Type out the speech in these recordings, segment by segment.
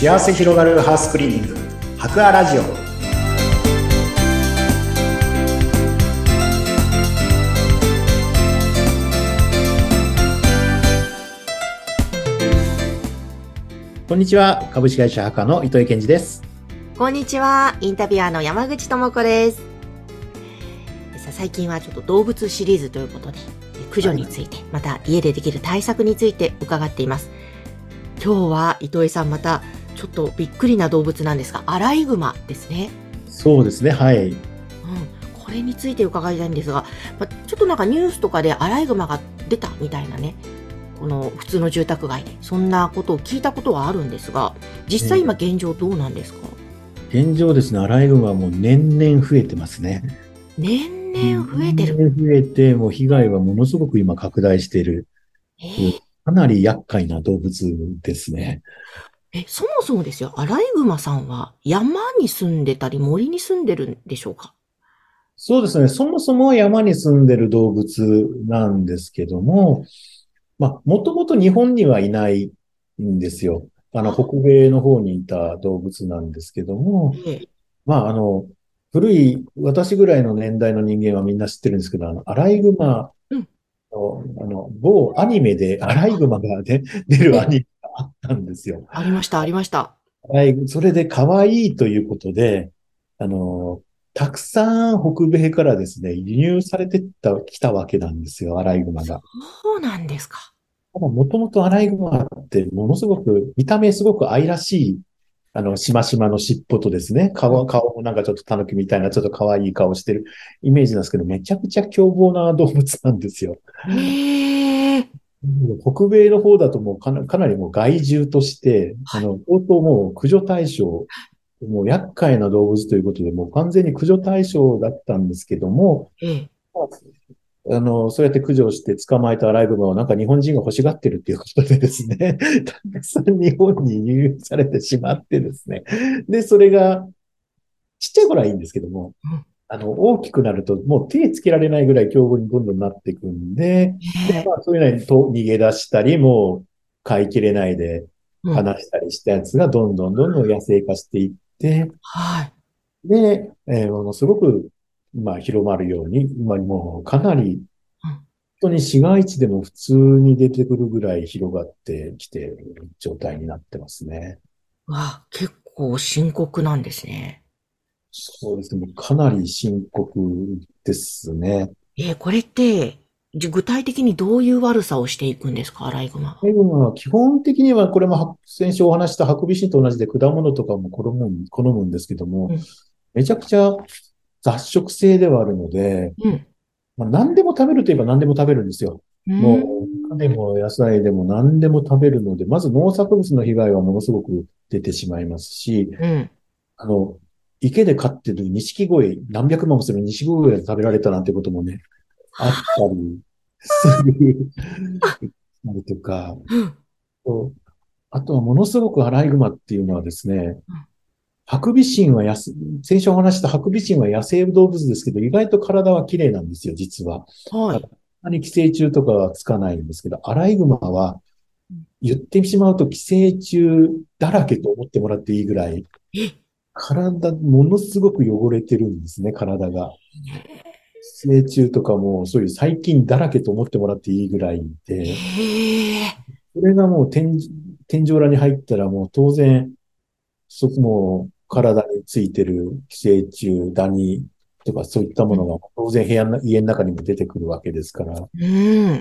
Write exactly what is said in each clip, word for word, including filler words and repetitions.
幸せ広がるハウスクリーニング博アラジオ。こんにちは、株式会社博の糸井健二です。 こんにちは、インタビュアーの山口智子です。さあ最近はちょっと動物シリーズということで駆除について、また家でできる対策について伺っています。今日は糸井さん、またちょっとびっくりな動物なんですが、アライグマですね。 そうですね、はい、うん、 これについて伺いたいんですが、ま、ちょっとなんかニュースとかでアライグマが出たみたいなね、この普通の住宅街でそんなことを聞いたことはあるんですが、実際今現状どうなんですか？ 現状ですね、アライグマはもう年々増えてますね。 年々増えてる。 年々増えて、もう被害はものすごく今拡大している。 えー、 かなり厄介な動物ですね。 え、そもそもですよ、アライグマさんは山に住んでたり森に住んでるんでしょうか？ そうですね、そもそも山に住んでる動物なんですけども、まあ、もともと日本にはいないんですよ。あの、北米の方にいた動物なんですけども、 ええ、 まあ、あの、古い、私ぐらいの年代の人間はみんな知ってるんですけど、あの、アライグマうん、 の、あの、某アニメでアライグマが、ね、出るアえ、 ニメがあったんですよ。 ありました、ありました。 はい、それで可愛いということで、あの、たくさん北米からですね、輸入されてった、きたわけなんですよ、アライグマが。 そうなんですか。 ただ、もともとアライグマってものすごく、見た目すごく愛らしい、あの、しましまの尻尾とですね、 うん、 顔、顔もなんかちょっと狸みたいな、ちょっと可愛い顔してるイメージなんですけど、めちゃくちゃ凶暴な動物なんですよ。 ええ、 北米の方だともうかな、かなりもう害獣として、あはい、 の、相当もう駆除対象、もう厄介な動物ということで、もう完全に駆除対象だったんですけども、 ええ、 あの、そうやって駆除して捕まえたアライグマをなんか日本人が欲しがってるっていうことでですね、たくさん日本に輸入されてしまってですね。で、それが、ちっちゃい頃はいいんですけども、 うん、 あの、大きくなるともう手つけられないぐらい凶暴にどんどんなっていくんで、で、 ええ、 まあそういうのにと逃げ出したり、もう飼いきれないでうん、 離したりしたやつがどんどんどんどん野生化していって、 はい。 で、えーものすごく、まあ広まるように、今もうかなりうん、 本当に市街地でも普通に出てくるぐらい広がってきている状態になってますね。 わ、結構深刻なんですね。 そうですね。かなり深刻ですね。 えー、これって、じ具体的にどういう悪さをしていくんですか、アライグマは。 でも基本的にはこれも先週お話したハクビシンと同じで果物とかも好むん、好むんですけども、 うん、 めちゃくちゃ雑食性ではあるので、 うん、 まあ、何でも食べるといえば何でも食べるんですよ。 うーもう、 ん、 種も野菜でも何でも食べるので、まず農作物の被害はものすごく出てしまいますし、 うん。ああの、池で飼ってる錦鯉、何百万もする錦鯉が食べられたなんてこともね、あったりするなりとか、 うん、 とあとはものすごくアライグマっていうのはですね、ハクビシンはやす、先週お話したハクビシンは野生動物ですけど、意外と体は綺麗なんですよ、実は。 はい。 あまり寄生虫とかはつかないんですけど、アライグマは言ってしまうと寄生虫だらけと思ってもらっていいぐらい、 え、 体、ものすごく汚れてるんですね、体が。寄生虫とかもそういう細菌だらけと思ってもらっていいぐらいで、 ええ、 それがもう天、天井裏に入ったらもう当然、そこも体についてる寄生虫、ダニとかそういったものが当然部屋の、家の中にも出てくるわけですから、もうん。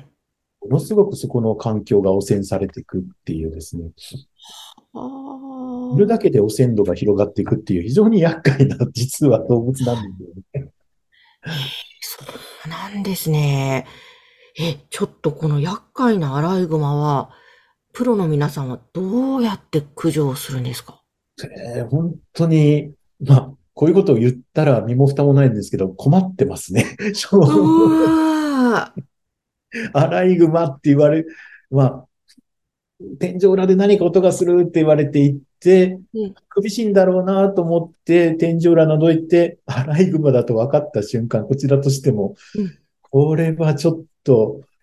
のすごくそこの環境が汚染されていくっていうですね、 あいるだあ。 けで汚染度が広がっていくっていう非常に厄介な実は動物なんですよね。 そうなんですね。え、ちょっとこの厄介なアライグマは、プロの皆さんはどうやって駆除をするんですか？ えー本当に、まあ、こういうことを言ったら身も蓋もないんですけど、困ってますね。 うわアライグマって言われ、まあ、天井裏で何か音がするって言われていって、 ー、うん、 厳しいんだろうなと思って天井裏覗いて、アライグマだと分かった瞬間、こちらとしても、 うん。 これはちょっと、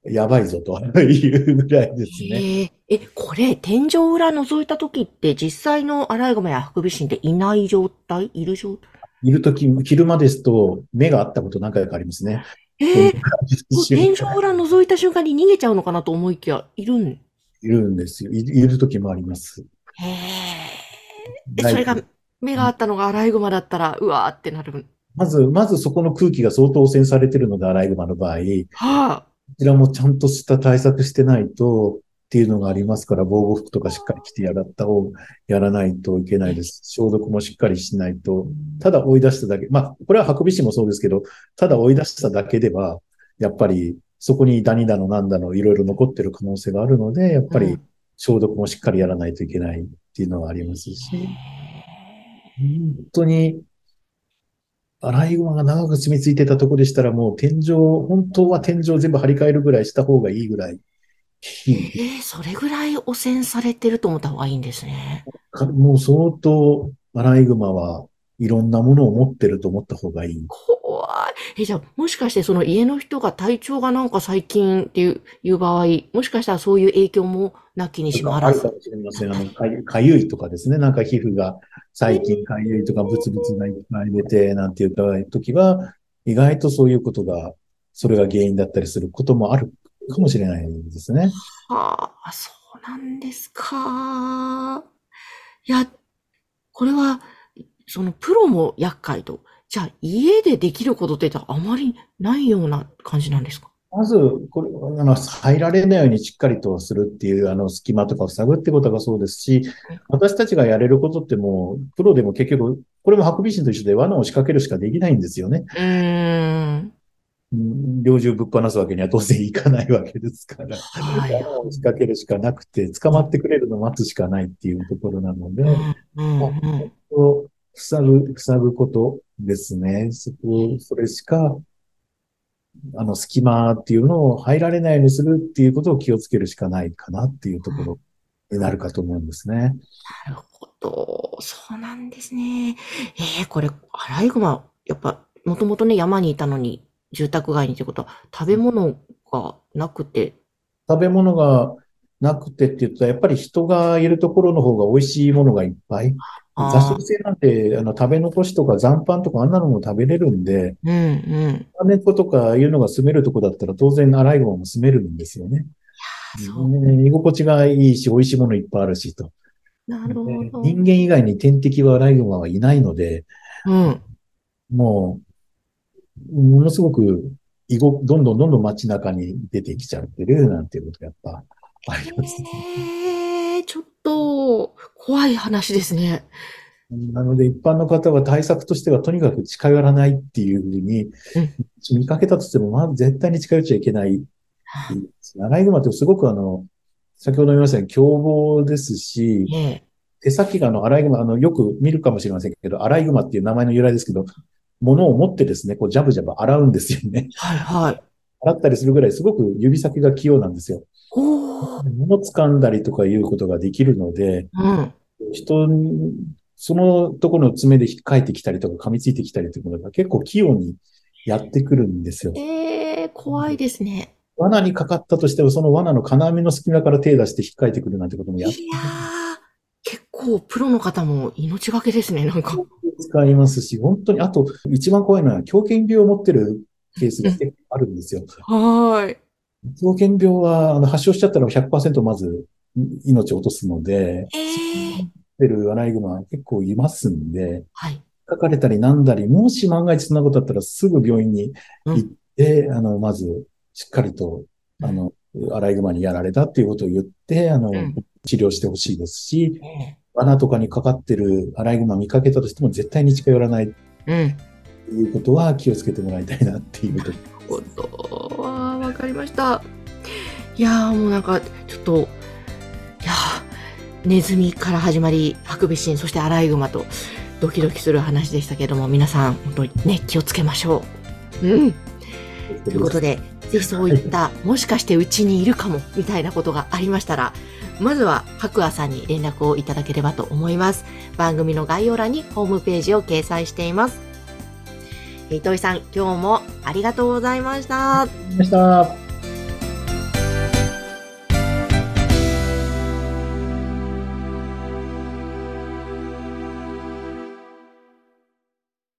やばいぞというぐらいですね。 へえ、え、これ、天井裏覗いた時って実際のアライグマやハクビシンっていない状態いる状態？ いるとき、昼間ですと目が合ったこと何回かありますね。天井ええ、 から見たもう天井瞬間裏覗いた瞬間に逃げちゃうのかなと思いきや、いるん。 いるんですよ。いいるときもあります。 へえ。え、それが、 ないと。 目があったのがアライグマだったら、うわーってなる。 まず、まずそこの空気が相当汚染されているので、アライグマの場合、こはあ。 ちらもちゃんとした対策してないと、っていうのがありますから、防護服とかしっかり着てやらった方、やらないといけないです。消毒もしっかりしないと、ただ追い出しただけ、まあ、これはハクビシンもそうですけど、ただ追い出しただけでは、やっぱりそこにダニだのなんだのいろいろ残ってる可能性があるので、やっぱりうん。 消毒もしっかりやらないといけないっていうのはありますし、本当にアライグマが長く住み着いてたとこでしたらもう天井、本当は天井全部張り替えるぐらいした方がいいぐらい、 ええ、それぐらい汚染されてると思った方がいいんですね。 もう相当アライグマはいろんなものを持ってると思った方がいい。 怖い。え、じゃあ、もしかしてその家の人が体調がなんか最近っていう、いう場合、もしかしたらそういう影響もなきにしもあらずあるかもしれません。あの、 だったり。 かゆかゆいとかですね。なんか皮膚が最近えかゆいとかブツブツがいっぱい出てなんていう時は、意外とそういうことが、それが原因だったりすることもあるかもしれないですね。 はあ、そうなんですか。いや、これは、そのプロも厄介と。じゃあ、家でできることってあまりないような感じなんですか？ まず、これ、あの、入られないようにしっかりとするっていう、あの、隙間とかを塞ぐってことがそうですし、私たちがやれることってもう、プロでも結局、これもハクビシンと一緒で罠を仕掛けるしかできないんですよね。 うーん。 うん猟銃ぶっ放すわけには当然いかないわけですから、 はい。 罠を仕掛けるしかなくて、捕まってくれるのを待つしかないっていうところなので、 うん、うん、 まあ、 うん。 塞ぐ、塞ぐことですね。そこ、それしか、あの、隙間っていうのを入られないようにするっていうことを気をつけるしかないかなっていうところになるかと思うんですね。 なるほど。そうなんですね。ええ、これ、アライグマ、やっぱ、もともとね、山にいたのに、住宅街にってことは、食べ物がなくて、 食べ物がなくてって言ったら、やっぱり人がいるところの方が美味しいものがいっぱい。雑ああ、 食性なんて、あの、食べ残しとか残飯とかあんなのも食べれるんで、 うん、うん。 猫とかいうのが住めるとこだったら当然アライグマも住めるんですよね。 あ、そう。 ね居心地がいいし、美味しいものいっぱいあるしと。 なるほでど。 人間以外に天敵はアライグマはいないので、 うん。 もう、ものすごく、居ご、どんどんどんどん街中に出てきちゃってるなんていうことがやっぱありますね。 ええ、ちょっと、怖い話ですね。 なので一般の方は対策としてはとにかく近寄らないっていうふうに、 うん。 見かけたとしても、まず絶対に近寄っちゃいけないっていう。アライグマってすごくあの、先ほど言いましたように凶暴ですし、 ええ。 手先があの、アライグマ、あの、よく見るかもしれませんけど、アライグマっていう名前の由来ですけど、物を持ってですね、こう、ジャブジャブ洗うんですよね。 はいはい。 洗ったりするぐらいすごく指先が器用なんですよ。 おー。 物掴んだりとかいうことができるので、 うん。 人に、そのところの爪で引っかいてきたりとか噛みついてきたりということが結構器用にやってくるんですよ。 ええ、怖いですね。 罠にかかったとしても、その罠の金網の隙間から手出して引っかいてくるなんてこともやっいやー、結構プロの方も命がけですね、なんか。 使いますし、本当に、あと、一番怖いのは狂犬病を持ってるケースうん。 が結構あるんですよ。 はーい。 狂犬病は、あの、発症しちゃったらひゃくパーセントまず命を落とすので、 ええ、 出るアライグマは結構いますんで、 はい。 かかれたりなんだり、もし万が一そんなことだったらすぐ病院に行っうん。 て、あの、まず、しっかりと、 うん。 あの、アライグマにやられたっていうことを言って、あの、 うん。 治療してほしいですし、 ええ。 罠とかにかかってるアライグマ見かけたとしても絶対に近寄らないうん。 ということは気をつけてもらいたいなっていうとこほど。あー、わかりました。いやー、もうなんか、ちょっと、いやー、ネズミから始まり、ハクビシン、そしてアライグマと、ドキドキする話でしたけども、皆さん、本当にね、気をつけましょう。うん。 ろです。 ということで、ぜひそういった、もしかしてうちにいるかも、みたいなことがありましたら、まずは、白亜さんに連絡をいただければと思います。番組の概要欄にホームページを掲載しています。糸井さん、今日もありがとうございました。 でした。